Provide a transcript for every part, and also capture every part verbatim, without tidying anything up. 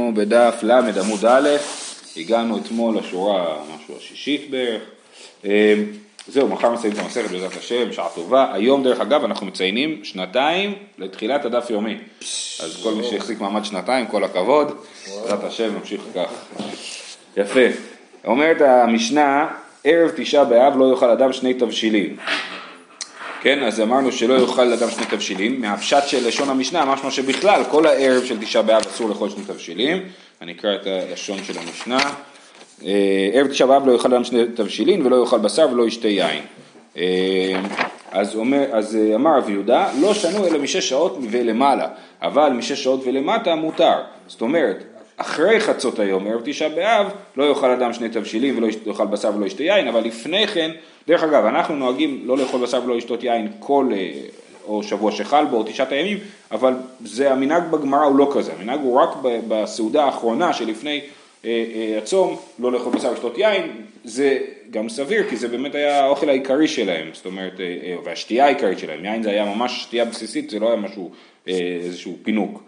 אנחנו בדף למד עמוד א', הגענו אתמול לשורה משהו השישית בערך. זהו, מחר מסיים את המסכת בעזרת השם, שעה טובה. היום דרך אגב אנחנו מציינים שנתיים לתחילת הדף יומי. אז כל מי שהחזיק מעמד שנתיים, כל הכבוד. בעזרת השם נמשיך כך. יפה. אומרת המשנה, ערב תשעה באב לא יאכל אדם שני תבשילים. כן, אז אמרנו שלא יאכל אדם שני תבשילים, מהפשט של לשון המשנה, משמע שבכלל כל הערב של תשעה באב אסור לאכול שני תבשילים. אני אקרא את הלשון של המשנה. ערב תשעה באב לא יאכל אדם שני תבשילים ולא יאכל בשר ולא ישתה יין. אז, אומר, אז אמר רב יהודה, לא שנו אלא משש שעות ולמעלה, אבל משש שעות ולמטה מותר. זאת אומרת, אחרי חצות היום, ערב תשעה באב, לא יאכל אדם שני תבשילים ולא יאכל בשר ולא ישתה יין, אבל לפני כן, דרך אגב, אנחנו נוהגים לא לאכול בשר ולא לשתות יין כל או שבוע שחל בו או תשעת הימים, אבל זה המנהג בגמרא הוא לא כזה, המנהג הוא רק בסעודה האחרונה שלפני הצום, לא לאכול בשר ולשתות יין, זה גם סביר, כי זה באמת היה האוכל העיקרי שלהם, זאת אומרת, והשתייה העיקרית שלהם, יין זה היה ממש שתייה בסיסית, זה לא היה משהו, איזשהו פינוק.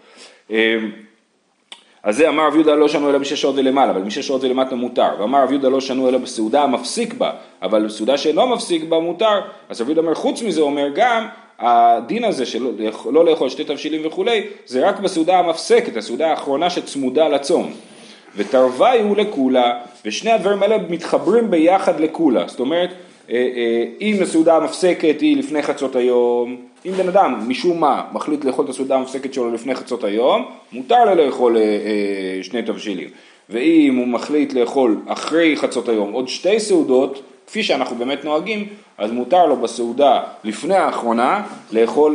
אז זה אמר רב יהודה לא שנו אלא משש שעות ולמעלה, אבל משש שעות ולמטה מותר. ואמר רב יהודה לא שנו אלא בסעודה המפסיק בה, אבל בסעודה שאינו מפסיק בה מותר. אז רב יהודה אומר, חוץ מזה אומר גם, הדין הזה של לא לאכול שתי תבשילים וכולי, זה רק בסעודה המפסקת, הסעודה האחרונה שצמודה לצום. ותרווי הוא לכולה, ושני הדברים האלה מתחברים ביחד לכולה. זאת אומרת, אם הסעודה המפסקת היא לפני חצות היום, אם בן אדם משום מה מחליט לאכול את הסעודה המפסקת שלו לפני חצות היום, מותר לו לאכול שני תבשילים. ואם הוא מחליט לאכול אחרי חצות היום עוד שתי סעודות, כפי שאנחנו באמת נוהגים, אז מותר לו בסעודה לפני האחרונה לאכול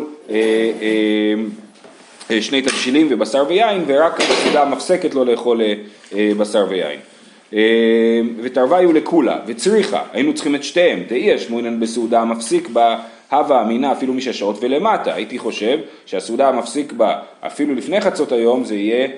שני תבשילים ובשר ויין, ורק בסעודה המפסקת לו לאכול בשר ויין. ותרווי הוא לכולה, וצריכה, היינו צריכים את שתיהם, תהיה שמועינן בסעודה המפסיק בה, הווה אמינה אפילו משש שעות ולמטה, הייתי חושב שהסעודה המפסיק בה אפילו לפני חצות היום זה יהיה,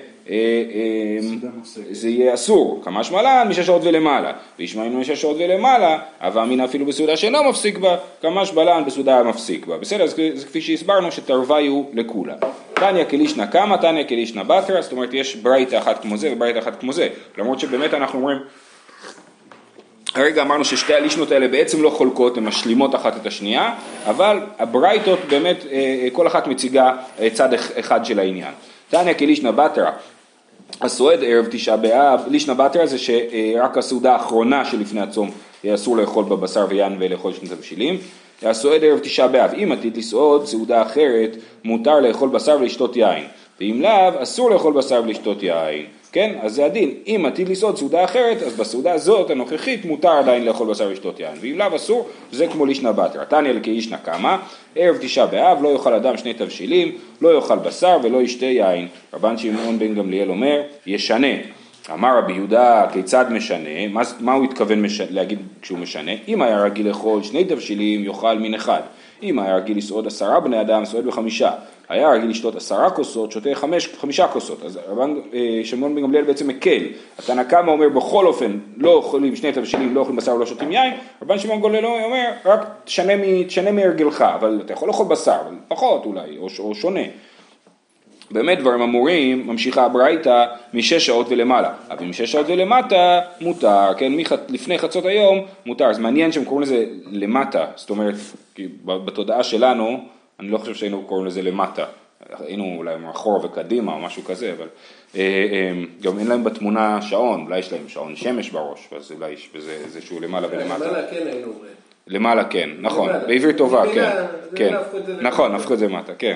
זה יהיה אסור, כמה שמלן משש שעות ולמעלה, וישמענו משש שעות ולמעלה, הווה אמינה אפילו בסעודה שאינו מפסיק בה, כמה שמלן בסעודה המפסיק בה, בסדר, אז כפי שהסברנו שתרווי הוא לכולה. תניא כלישנא קמא, תניא כלישנא בתרא, זאת אומרת יש ברייתא אחת כמו זה וברייתא אחת כמו זה, למרות שבאמת אנחנו אומרים, הרגע אמרנו ששתי הלישנות האלה בעצם לא חולקות, הן משלימות אחת את השנייה, אבל הברייתות באמת כל אחת מציגה צד אחד של העניין. תניא כלישנא בתרא, הסועד ערב תשעה באב, לישנא בתרא זה שרק הסעודה האחרונה שלפני הצום אסור לאכול בבשר ויין ולאכול שני תבשילים. הסועד ערב תשעה באב, אם עתיד לסעוד סעודה אחרת, מותר לאכול בשר ולשתות יין, ואם לאו, אסור לאכול בשר ולשתות יין. כן? אז זה הדין, אם עתיד לסעוד סעודה אחרת, אז בסעודה הזאת הנוכחית מותר עדיין לאכול בשר ולשתות יין, ואם לאו אסור, זה כמו לישנא בתרא. תניא לכישנא קמא, ערב תשעה באב, לא יאכל אדם שני תבשילים, לא יאכל בשר ולא ישתה יין. רבן שמעון בן גמליאל אומר, ישנה. אמר רבי יהודה, כיצד משנה? מה, מה הוא התכוון מש... להגיד כשהוא משנה? אם היה רגיל לאכול שני תבשילים, יאכל מן אחד. אם היה רגיל לסעוד עשרה בני אדם, סעוד בחמישה. היה רגיל לשתות עשרה כוסות, שותה חמש, חמישה כוסות. אז רבן שמעון בן גמליאל בעצם מקל. התנא קמא אומר בכל אופן, לא אוכלים שני תבשילים, לא אוכלים בשר ולא שותים יין. רבן שמעון בן גמליאל אומר, רק תשנה, תשנה מהרגלך, אבל אתה יכול לאכול בשר, אבל פחות אולי, או, או שונה. באמת דברים אמורים, ממשיכה הברייתא משש שעות ולמעלה, אבל משש שעות ולמטה מותר, כן, לפני חצות היום מותר, אז מעניין שהם קוראים לזה למטה, זאת אומרת, בתודעה שלנו, אני לא חושב שהיינו קוראים לזה למטה, היינו אולי מאחור וקדימה או משהו כזה, אבל גם אין להם בתמונה שעון, אולי יש להם שעון שמש בראש, אז אולי יש בזה איזשהו למעלה ולמטה. למעלה כן היינו אומרים. למעלה כן, נכון, בעברית טובה, כן, כן, נכון, נפקו את זה למטה, כן.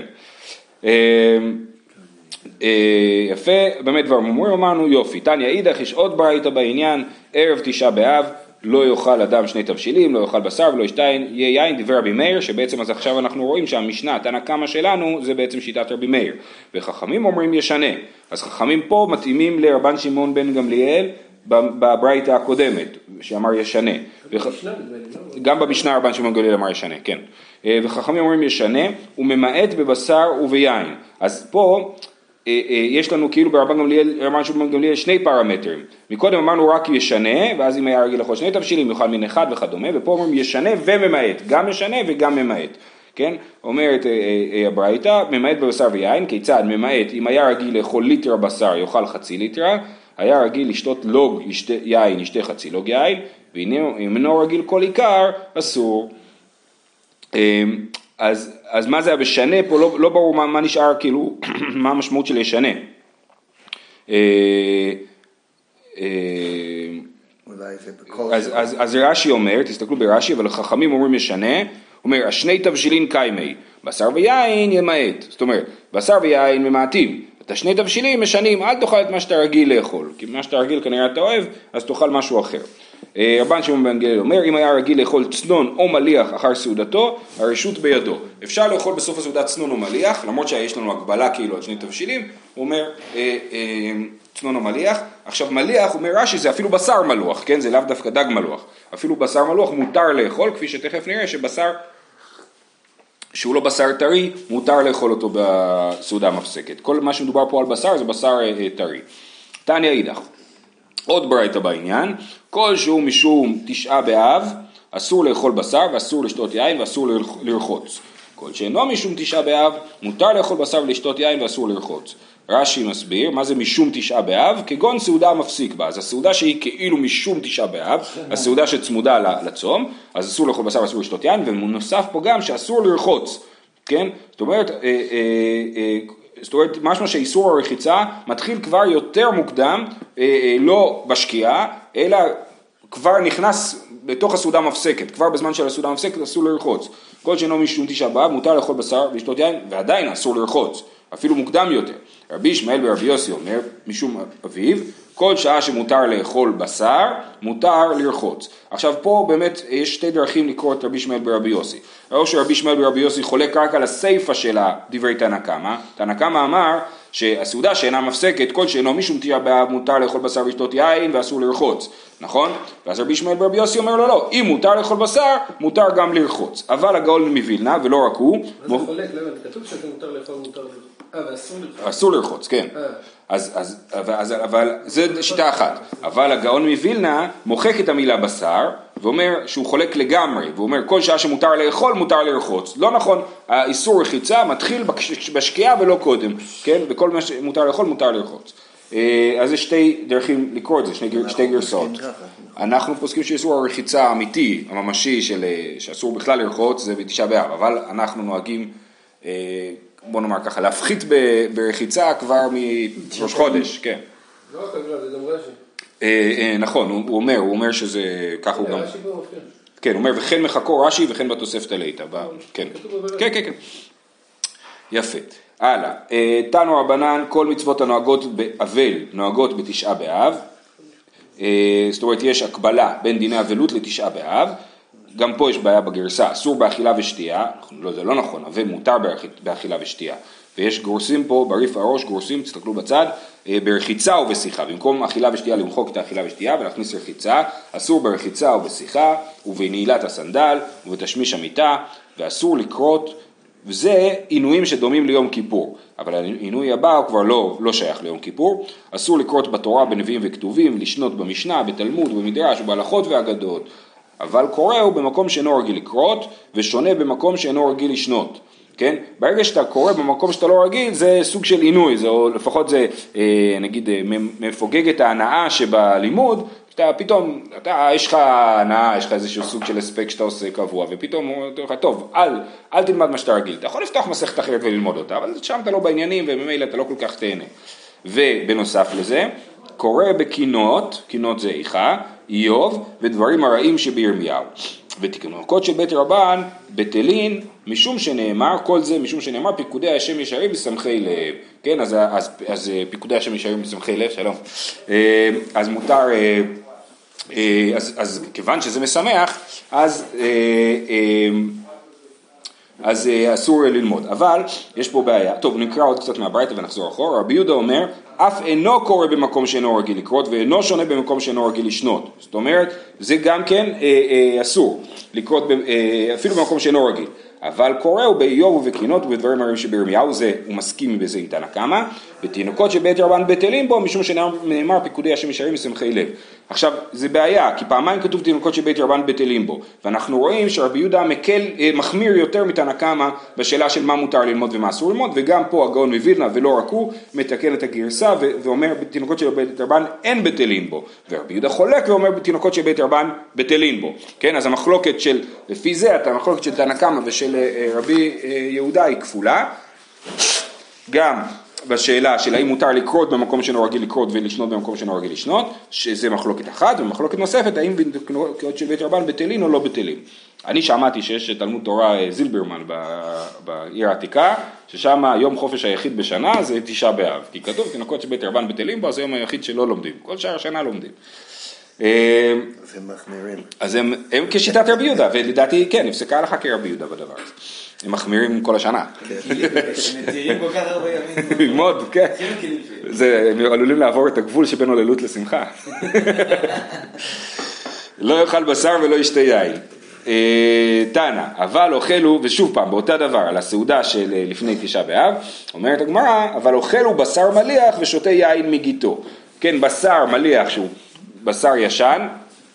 יפה, באמת דבר מומרים אמרנו, יופי, תניא אידך, יש עוד ברייתא בעניין, ערב תשעה באב, לא יאכל אדם שני תבשילים, לא יאכל בשר ולא ישתה יין, דבר רבי מאיר, שבעצם אז עכשיו אנחנו רואים שהמשנה, תנא קמא שלנו, זה בעצם שיטת רבי מאיר, וחכמים אומרים ישנה, אז חכמים פה מתאימים לרבן שמעון בן גמליאל, בברייתא הקודמת, שאמר ישנה, גם במשנה רבן שמעון בן גמליאל אמר ישנה, כן, וחכמים אומרים ישנה, וממעט בבשר וביין, אז פה, יש לנו כאילו ברבן גמליאל, רבן שמעון בן גמליאל שני פרמטרים. מקודם אמרנו רק ישנה, ואז אם היה רגיל לאכול שני תבשילים, יאכל מן אחד וכדומה, ופה אומרים ישנה וממעט, גם ישנה וגם ממעט. כן? אומרת הברייתא, ממעט בבשר ויין, כיצד? ממעט, אם היה רגיל לאכול ליטרה בשר, יאכל חצי ליטרה, היה רגיל לשתות לוג ישתה, יין, ישתה חצי לוג יין, ואם אינו רגיל כל עיקר, אסור. אז, אז מה זה בשנה פה? לא, לא ברור מה, מה נשאר, כאילו, מה המשמעות של ישנה. אז, אז, אז רש"י אומר, תסתכלו ברש"י, אבל החכמים אומרים ישנה, אומר, השני תבשילין קיימי, בשר ויין ימעט. זאת אומרת, בשר ויין ממעטים. את השני תבשילים משנים, אל תאכל את מה שאתה רגיל לאכול, כי מה שאתה רגיל כנראה אתה אוהב, אז תאכל משהו אחר. רבן שמעון בן גמליאל אומר, אם היה רגיל לאכול צנון או מליח אחר סעודתו, הרשות בידו. אפשר לאכול בסוף הסעודה צנון או מליח, למרות שיש לנו הגבלה כאילו על שני תבשילים, הוא אומר אה, אה, צנון או מליח. עכשיו מליח, אומר רש"י, זה אפילו בשר מלוח, כן? זה לאו דווקא דג מלוח. אפילו בשר מלוח מותר לאכול, כפי שתכף נראה שבשר שהוא לא בשר טרי, מותר לאכול אותו בסעודה המפסקת. כל מה שמדובר פה על בשר זה בשר אה, טרי. תניא אידך. עוד ברייתא בעניין, כל שהוא משום תשעה באב, אסור לאכול בשר ואסור לשתות יין ואסור לרחוץ. כל שאינו משום תשעה באב, מותר לאכול בשר ולשתות יין ואסור לרחוץ. רש"י מסביר, מה זה משום תשעה באב? כגון סעודה מפסיק בה. אז הסעודה שהיא כאילו משום תשעה באב, הסעודה שצמודה לצום, אז אסור לאכול בשר ואסור לשתות יין, ונוסף פה גם שאסור לרחוץ. כן? זאת אומרת, אה, אה, אה, זאת אומרת, משמע שאיסור הרחיצה מתחיל כבר יותר מוקדם, אה, אה, לא בשקיעה, אלא כבר נכנס בתוך הסעודה המפסקת, כבר בזמן של הסעודה המפסקת אסור לרחוץ. כל שאינו משום תשעה באב, מותר לאכול בשר ולשתות יין, ועדיין אסור לרחוץ, אפילו מוקדם יותר. רבי ישמעאל ברבי יוסי אומר, משום אביו, כל שעה שמותר לאכול בשר, מותר לרחוץ. עכשיו פה באמת יש שתי דרכים לקרוא את רבי ישמעאל ברבי יוסי. או שרבי ישמעאל ברבי יוסי חולק רק על הסיפה של דברי תנא קמא. תנא קמא אמר שהסעודה שאינה מפסקת, כל שאינו משום תשעה באב, מותר לאכול בשר ולשתות יין ואסור לרחוץ. נכון? ואז רבי ישמעאל ברבי יוסי אומר לו לא, אם מותר לאכול בשר, מותר גם לרחוץ. אבל הגאון מווילנה, ולא רק הוא, מה זה חולק? למה? כתוב שאתה מותר לאכול, מותר לרחוץ. אה, ואסור לרחוץ. אסור לרחוץ, כן. אז, אז, אז, אבל זה שיטה אחת. אבל הגאון מווילנה מוחק את המילה בשר, ואומר שהוא חולק לגמרי, ואומר כל שעה שמותר לאכול, מותר לרחוץ. לא נכון, האיסור רחיצה מתחיל בשקיעה ולא קודם, כן? וכל מה שמותר לאכול, מותר לרחוץ. אז יש שתי דרכים לקרוא את זה, שני, שתי גרסאות. אנחנו פוסקים שאיסור הרחיצה האמיתי, הממשי, של, שאסור בכלל לרחוץ, זה בתשעה באב, אבל אנחנו נוהגים, בוא נאמר ככה, להפחית ברחיצה כבר מראש חודש, כן. לא, זה גם רש"י. נכון, הוא אומר, הוא אומר שזה, כך הוא גם... כן, הוא אומר, וכן מחקו רש"י וכן בתוספת הליטא. כן, כן, כן. יפה. הלאה, תנו רבנן, כל מצוות הנוהגות באבל נוהגות בתשעה באב, זאת אומרת יש הקבלה בין דיני אבלות לתשעה באב, גם פה יש בעיה בגרסה, אסור באכילה ושתייה, לא, זה לא נכון, אבל מותר באכילה ושתייה, ויש גורסים פה, בריף הראש גורסים, תסתכלו בצד, ברחיצה ובשיחה, במקום אכילה ושתייה למחוק את האכילה ושתייה ולהכניס רחיצה, אסור ברחיצה ובשיחה ובנעילת הסנדל ובתשמיש המיטה, ואסור לקרות, וזה עינויים שדומים ליום כיפור, אבל העינוי הבא הוא כבר לא, לא שייך ליום כיפור, אסור לקרות בתורה בנביאים וכתובים, לשנות במשנה, בתלמוד, במדרש, בהלכות והאגדות, אבל קורא הוא במקום שאינו רגיל לקרות, ושונה במקום שאינו רגיל לשנות, כן? ברגע שאתה קורא במקום שאתה לא רגיל, זה סוג של עינוי, זה, או לפחות זה, אה, נגיד, מפוגג את ההנאה שבלימוד, שאתה פתאום, אתה, יש לך הנאה, יש לך איזשהו סוג של אספק שאתה עושה קבוע, ופתאום הוא אומר לך, טוב, אל, אל תלמד מה שאתה רגיל, אתה יכול לפתוח מסכת אחרת וללמוד אותה, אבל שם אתה לא בעניינים, וממילא אתה לא כל כך תהנה. ובנוסף לזה, קורא בקינות, קינות זה איכה, איוב, ודברים הרעים שבירמיהו. ותקנוקות של בית רבן, בטלין, משום שנאמר, כל זה משום שנאמר, פיקודי השם ישרים בשמחי לב. כן, אז, אז, אז פיקודי השם ישרים בשמחי לב, שלום. אז מותר, אז, אז כיוון שזה משמח, אז, אז אסור ללמוד. אבל יש פה בעיה. טוב, נקרא עוד קצת מהברייתא ונחזור אחורה. רבי יהודה אומר, אף אינו קורא במקום שאינו רגיל לקרות, ואינו שונה במקום שאינו רגיל לשנות. זאת אומרת, זה גם כן אה, אה, אסור לקרות, אה, אפילו במקום שאינו רגיל. אבל קוראו באיוב ובקינות ובדברים הרעים שבירמיהו, זה הוא מסכים בזה עם תנא קמא, ותינוקות שבית רבן בטלים בו, משום שנאמר פיקודי השם ישרים משמחי לב. עכשיו, זה בעיה, כי פעמיים כתוב תינוקות שבית רבן בטלים בו, ואנחנו רואים שרבי יהודה מקל, מחמיר יותר מתנא קמא בשאלה של מה מותר ללמוד ומה אסור ללמוד, וגם פה הגאון מווילנה ולא רק הוא מתקן את הגרסה ואומר תינוקות של בית רבן אין בטלים בו, ורבי יהודה חולק ואומר תינוקות של בית רבן בטלים בו. כן, אז המחלוקת של, לפי זה, המחלוקת של תנא קמא ושל רבי יהודה היא כפולה, גם בשאלה של האם מותר לקרות במקום שאינו רגיל לקרות ולשנות במקום שאינו רגיל לשנות, שזה מחלוקת אחת, ומחלוקת נוספת, האם תינוקות של בית רבן בטלין או לא בטלין. אני שמעתי שיש תלמוד תורה זילברמן בעיר העתיקה, ששם יום חופש היחיד בשנה זה תשעה באב, כי כתוב תינוקות של בית רבן בטלים בו, אז היום היחיד שלא לומדים, כל שאר השנה לומדים. אז הם מחמירים. אז הם, הם כשיטת רבי יהודה, ולדעתי כן, הפסקה הלכה כרבי יהודה בדבר הזה. הם מחמירים כל השנה. הם מתירים כל כך הרבה ימים. ללמוד, כן. הם עלולים לעבור את הגבול שבין הוללות לשמחה. לא יאכל בשר ולא ישתה יין. תנא, אבל אוכלו, ושוב פעם, באותה דבר, על הסעודה של לפני תשעה באב, אומרת הגמרא, אבל אוכלו בשר מליח ושותה יין מגיתו. כן, בשר מליח שהוא בשר ישן,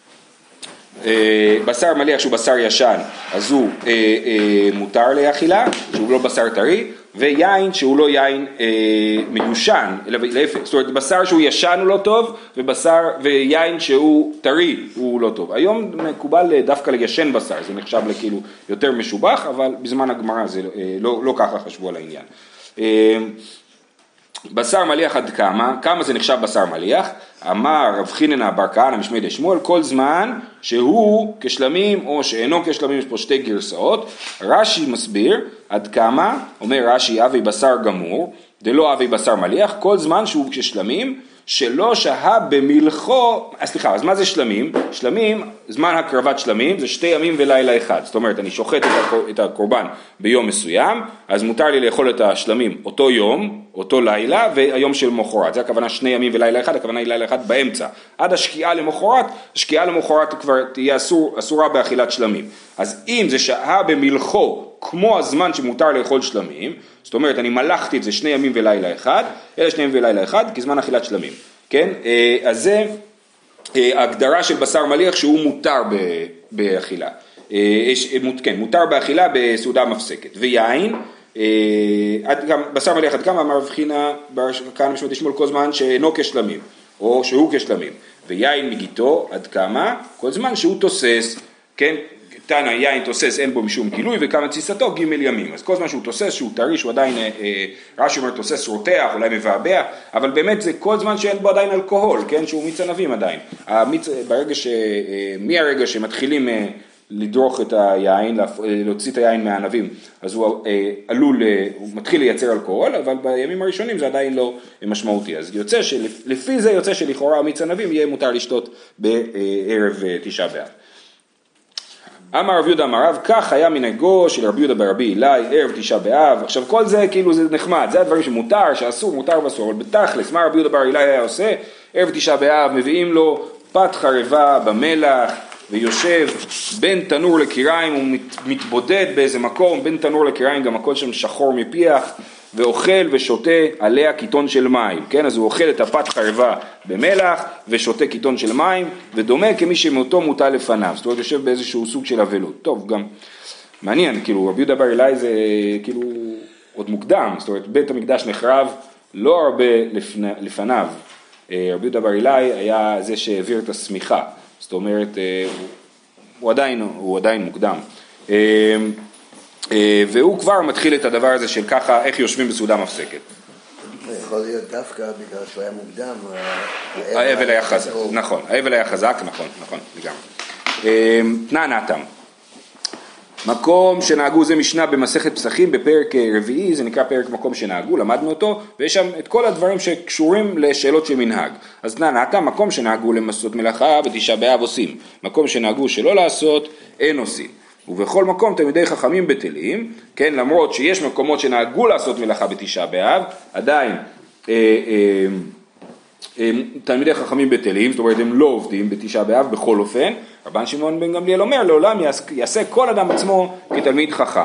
בשר מליח שהוא בשר ישן, אז הוא אה, אה, מותר לאכילה, שהוא לא בשר טרי, ויין שהוא לא יין אה, מיושן, אלא להפך, זאת אומרת בשר שהוא ישן הוא לא טוב, ובשר, ויין שהוא טרי הוא לא טוב. היום מקובל דווקא לישן בשר, זה נחשב לכאילו יותר משובח, אבל בזמן הגמרא זה אה, לא, לא ככה חשבו על העניין. אה, בשר מליח עד כמה, כמה זה נחשב בשר מליח? אמר רב חיננה בר כהנא משמי דשמואל, כל זמן שהוא כשלמים או שאינו כשלמים, יש פה שתי גרסאות. רש"י מסביר עד כמה, אומר רש"י אבי בשר גמור, דלא אבי בשר מליח, כל זמן שהוא כשלמים שלא שהה במלחו, סליחה, אז מה זה שלמים? שלמים, זמן הקרבת שלמים זה שתי ימים ולילה אחד, זאת אומרת אני שוחט את הקורבן ביום מסוים, אז מותר לי לאכול את השלמים אותו יום, אותו לילה, והיום של מחרת, זה הכוונה שני ימים ולילה אחד, הכוונה היא לילה אחד באמצע, עד השקיעה למחרת, השקיעה למחרת כבר תהיה אסור, אסורה באכילת שלמים, אז אם זה שהה במלחו, כמו הזמן שמותר לאכול שלמים, זאת אומרת אני מלכתי את זה שני ימים ולילה אחד, אלה שני ימים ולילה אחד, כי זמן אכילת שלמים, כן? אז זה הגדרה של בשר מליח שהוא מותר באכילה, כן, מותר באכילה בסעודה מפסקת, ויין, בשר מליח עד כמה אמר רב חינא כאן משמעות לשמול כל זמן שאינו כשלמים, או שהוא כשלמים, ויין מגיתו עד כמה, כל זמן שהוא תוסס, כן? תנא יין תוסס אין בו משום גילוי וכמה תסיסתו ג' ימים, אז כל זמן שהוא תוסס שהוא טרי שהוא עדיין אה, רש"י אומר תוסס רותח אולי מבעבע, אבל באמת זה כל זמן שאין בו עדיין אלכוהול, כן, שהוא מיץ ענבים עדיין, המיץ, ברגע ש, אה, מהרגע שמתחילים אה, לדרוך את היין, להוציא את היין מהענבים, אז הוא אה, עלול, אה, הוא מתחיל לייצר אלכוהול, אבל בימים הראשונים זה עדיין לא משמעותי, אז יוצא שלפי זה יוצא שלכאורה מיץ ענבים יהיה מותר לשתות בערב אה, תשעה באב. אמר רב יהודה אמר רב, כך היה מנהגו של רבי יהודה ברבי אלי, ערב תשעה באב. עכשיו כל זה כאילו זה נחמד, זה הדברים שמותר, שאסור, מותר ואסור, אבל בתכלס, מה רבי יהודה ברבי אלי היה עושה? ערב תשעה באב מביאים לו פת חרבה במלח, ויושב בין תנור לקיריים, הוא מת, מתבודד באיזה מקום, בין תנור לקיריים, גם הכל שם שחור מפיח, ואוכל ושותה עליה קיטון של מים, כן? אז הוא אוכל את הפת חרבה במלח ושותה קיטון של מים, ודומה כמי שמותו מוטל לפניו, זאת אומרת יושב באיזשהו סוג של אבלות. טוב, גם מעניין, כאילו רבי יהודה בר אלי זה כאילו עוד מוקדם, זאת אומרת בית המקדש נחרב לא הרבה לפני, לפניו, רבי יהודה בר אלי היה זה שהעביר את הסמיכה, זאת אומרת הוא עדיין, הוא עדיין מוקדם. והוא כבר מתחיל את הדבר הזה של ככה, איך יושבים בסעודה מפסקת. יכול להיות דווקא בגלל שהוא היה מוקדם. האבל היה חזק, נכון, האבל היה חזק, נכון, נכון, לגמרי. תנא נתם. מקום שנהגו זה משנה במסכת פסחים בפרק רביעי, זה נקרא פרק מקום שנהגו, למדנו אותו, ויש שם את כל הדברים שקשורים לשאלות של מנהג. אז תנא נתם, מקום שנהגו למסות מלאכה בתשעה באב עושים, מקום שנהגו שלא לעשות, אין עושים. ובכל מקום תלמידי חכמים בטלים, כן, למרות שיש מקומות שנהגו לעשות מלאכה בתשעה באב, עדיין אה, אה, אה, תלמידי חכמים בטלים, זאת אומרת הם לא עובדים בתשעה באב בכל אופן, רבן שמעון בן גמליאל אומר לעולם יעשה כל אדם עצמו כתלמיד חכם, זאת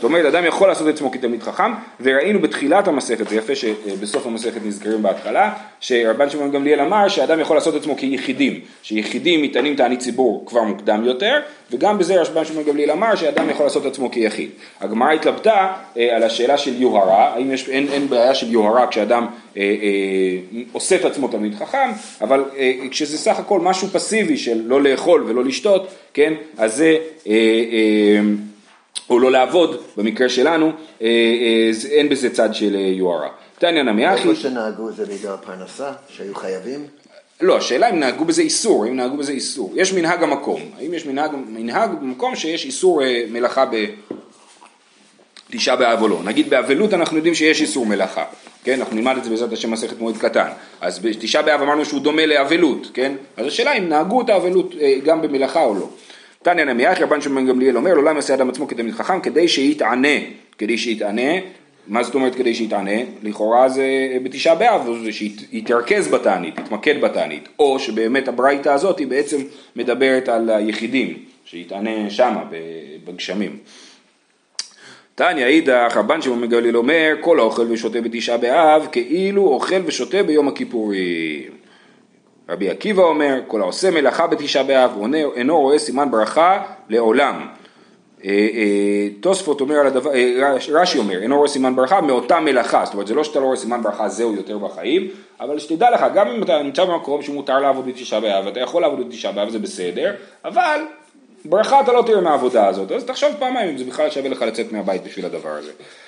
זאת אומרת, אדם יכול לעשות את עצמו כתלמיד חכם, וראינו בתחילת המסכת, זה יפה שבסוף המסכת נזכרים בהתחלה, שרבן שמעון גמליאל אמר שאדם יכול לעשות את עצמו כיחידים, שיחידים מתענים תענית ציבור כבר מוקדם יותר, וגם בזה רבן שמעון גמליאל אמר שאדם יכול לעשות את עצמו כיחיד. הגמרא התלבטה אה, על השאלה של יוהרה, האם יש, אין, אין בעיה של יוהרה כשאדם אה, אה, עושה את עצמו תלמיד חכם, אבל אה, כשזה סך הכל משהו פסיבי של לא לאכול ולא לשתות, כן, אז זה... אה, אה, או לא לעבוד, במקרה שלנו, אה, אה, אין בזה צד של יוהרה. תניא נמי אחי. איפה שנהגו זה בגלל פרנסה, שהיו חייבים? לא, השאלה אם נהגו בזה איסור, אם נהגו בזה איסור. יש מנהג המקום, האם יש מנהג, מנהג במקום שיש איסור אה, מלאכה בתשעה באב או לא. נגיד באבלות אנחנו יודעים שיש איסור מלאכה, כן? אנחנו נלמד את זה בעזרת השם מסכת מועד קטן. אז בתשעה באב אמרנו שהוא דומה לאבלות, כן? אז השאלה אם נהגו את האבלות אה, גם במלאכה או לא. תניא נמי אחי, רבן שמעון גמליאל אומר, לעולם יעשה אדם עצמו כתלמיד חכם, כדי שיתענה, כדי שיתענה, מה זאת אומרת כדי שיתענה? לכאורה זה בתשעה באב, זה שיתרכז בתענית, יתמקד בתענית, או שבאמת הברייתא הזאת היא בעצם מדברת על היחידים, שיתענה שמה בגשמים. תניא אידך, רבן שמעון גמליאל אומר, כל האוכל ושותה בתשעה באב, כאילו אוכל ושותה ביום הכיפורים. רבי עקיבא אומר, כל העושה מלאכה בתשעה באב, אינו רואה סימן ברכה לעולם. תוספות אומר על הדבר, רש"י אומר, אינו רואה סימן ברכה מאותה מלאכה, זאת אומרת, זה לא שאתה לא רואה סימן ברכה, זהו יותר בחיים, אבל שתדע לך, גם אם אתה נמצא במקום שמותר לעבוד בתשעה באב, אתה יכול לעבוד בתשעה באב, זה בסדר, אבל ברכה אתה לא תראה מהעבודה הזאת, אז תחשוב פעמיים אם זה בכלל שווה לך לצאת מהבית בשביל הדבר הזה.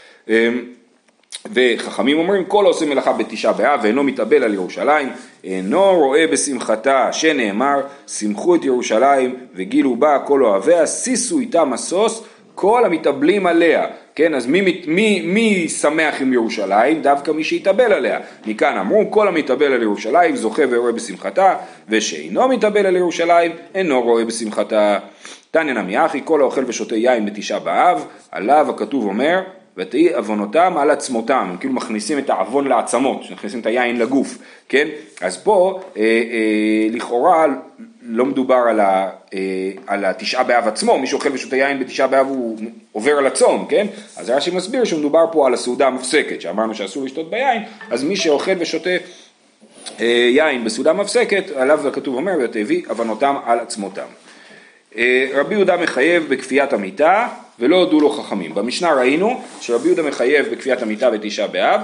וחכמים אומרים, כל העושה מלאכה בתשעה באב ואינו מתאבל על ירושלים, אינו רואה בשמחתה, שנאמר, שמחו את ירושלים וגילו בה כל אוהביה, שישו איתה משוש כל המתאבלים עליה. כן, אז מי, מי, מי שמח עם ירושלים? דווקא מי שיתאבל עליה. מכאן אמרו, כל המתאבל על ירושלים זוכה ורואה בשמחתה, ושאינו מתאבל על ירושלים אינו רואה בשמחתה. תניא נמי אחי, כל האוכל ושותה יין בתשעה באב, עליו הכתוב אומר, ותהי עוונותם על עצמותם, הם כאילו מכניסים את העוון לעצמות, מכניסים את היין לגוף, כן? אז פה אה, אה, לכאורה לא מדובר על, ה, אה, על התשעה באב עצמו, מי שאוכל ושותה יין בתשעה באב הוא עובר על הצום, כן? אז רש"י מסביר שמדובר פה על הסעודה המפסקת, שאמרנו שאסור לשתות ביין, אז מי שאוכל ושותה אה, יין בסעודה מפסקת, עליו הכתוב אומר, ותהי עוונותם על עצמותם. אה, רבי יהודה מחייב בכפיית המיטה, ולא הודו לו חכמים. במשנה ראינו שרבי יהודה מחייב בכפיית המיטה בתשעה באב,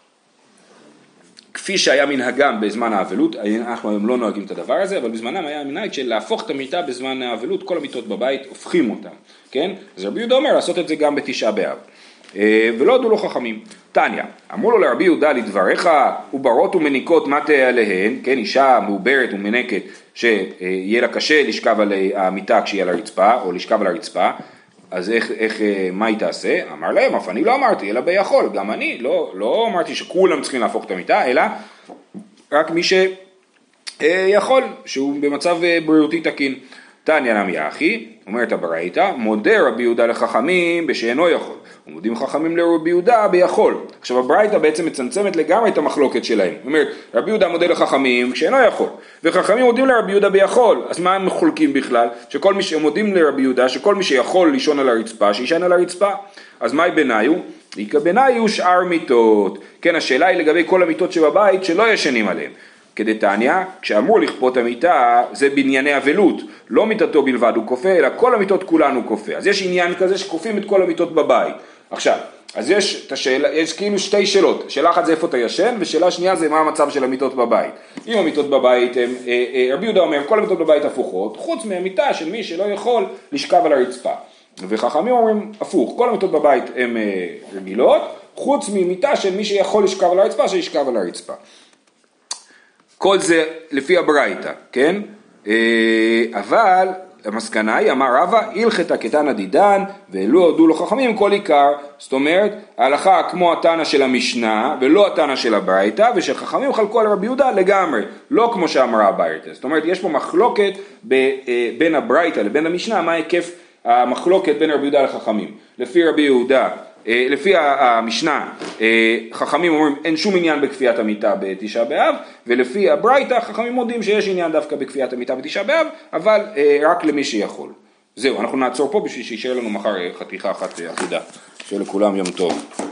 כפי שהיה מנהגם בזמן האבלות, אנחנו היום לא נוהגים את הדבר הזה, אבל בזמנם היה מנהג של להפוך את המיטה בזמן האבלות, כל המיטות בבית הופכים אותם, כן? אז רבי יהודה אומר לעשות את זה גם בתשעה באב, ולא הודו לו חכמים. תניא, אמרו לו לרבי יהודה לדבריך, וברות ומניקות מה תהיה עליהן, כן, אישה מעוברת ומנקת שיהיה לה קשה לשכב על המיטה כשהיא על הרצפה, או לשכב על הרצפה, אז איך, איך, מה היא תעשה? אמר להם, אף אני לא אמרתי, אלא ביכול, גם אני, לא, לא אמרתי שכולם צריכים להפוך את המיטה, אלא רק מי שיכול, שהוא במצב בריאותי תקין. תניא נמי אחי, אומרת הברייתא, מודה רבי יהודה לחכמים בשאינו יכול, ומודים חכמים לרבי יהודה ביכול. עכשיו הברייתא בעצם מצמצמת לגמרי את המחלוקת שלהם. זאת אומרת, רבי יהודה מודה לחכמים כשאינו יכול, וחכמים מודים לרבי יהודה ביכול. אז מה הם מחולקים בכלל? שכל מי שמודים לרבי יהודה, שכל מי שיכול לישון על הרצפה, שישן על הרצפה. אז מהי ביניו? איכא ביניו שאר מיטות. כן, השאלה היא לגבי כל המיטות שבבית שלא ישנים עליהם. כדתניא, כשאמרו לכפות המיטה, זה בענייני אבלות, לא מיטתו בלבד הוא כופה, אלא כל המיטות כולן הוא כופה. אז יש עניין כזה שכופים את כל המיטות בבית. עכשיו, אז יש, השאלה, יש כאילו שתי שאלות, שאלה אחת זה איפה אתה ישן, ושאלה שנייה זה מה המצב של המיטות בבית. אם המיטות בבית, הם, אה, אה, רבי יהודה אומר, כל המיטות בבית הפוכות, חוץ מהמיטה של מי שלא יכול לשכב על הרצפה. וחכמים אומרים, הפוך, כל המיטות בבית הן אה, רגילות, חוץ ממיטה של מי שיכול לשכב על הרצפה, שישכב על הרצפה. כל זה לפי הברייתא, כן? אבל המסקנה היא, אמר רבא, הלכתא כתנא דידן, ולא הודו לו חכמים כל עיקר. זאת אומרת, ההלכה כמו התנא של המשנה, ולא התנא של הברייתא, ושחכמים חלקו על רבי יהודה לגמרי, לא כמו שאמרה הברייתא. זאת אומרת, יש פה מחלוקת בין הברייתא לבין המשנה, מה היקף המחלוקת בין רבי יהודה לחכמים. לפי רבי יהודה, לפי המשנה, חכמים אומרים אין שום עניין בכפיית המיטה בתשעה באב, ולפי הברייתא חכמים מודים שיש עניין דווקא בכפיית המיטה בתשעה באב, אבל רק למי שיכול. זהו, אנחנו נעצור פה בשביל שישאר לנו מחר חתיכה אחת אחידה. שיהיה לכולם יום טוב.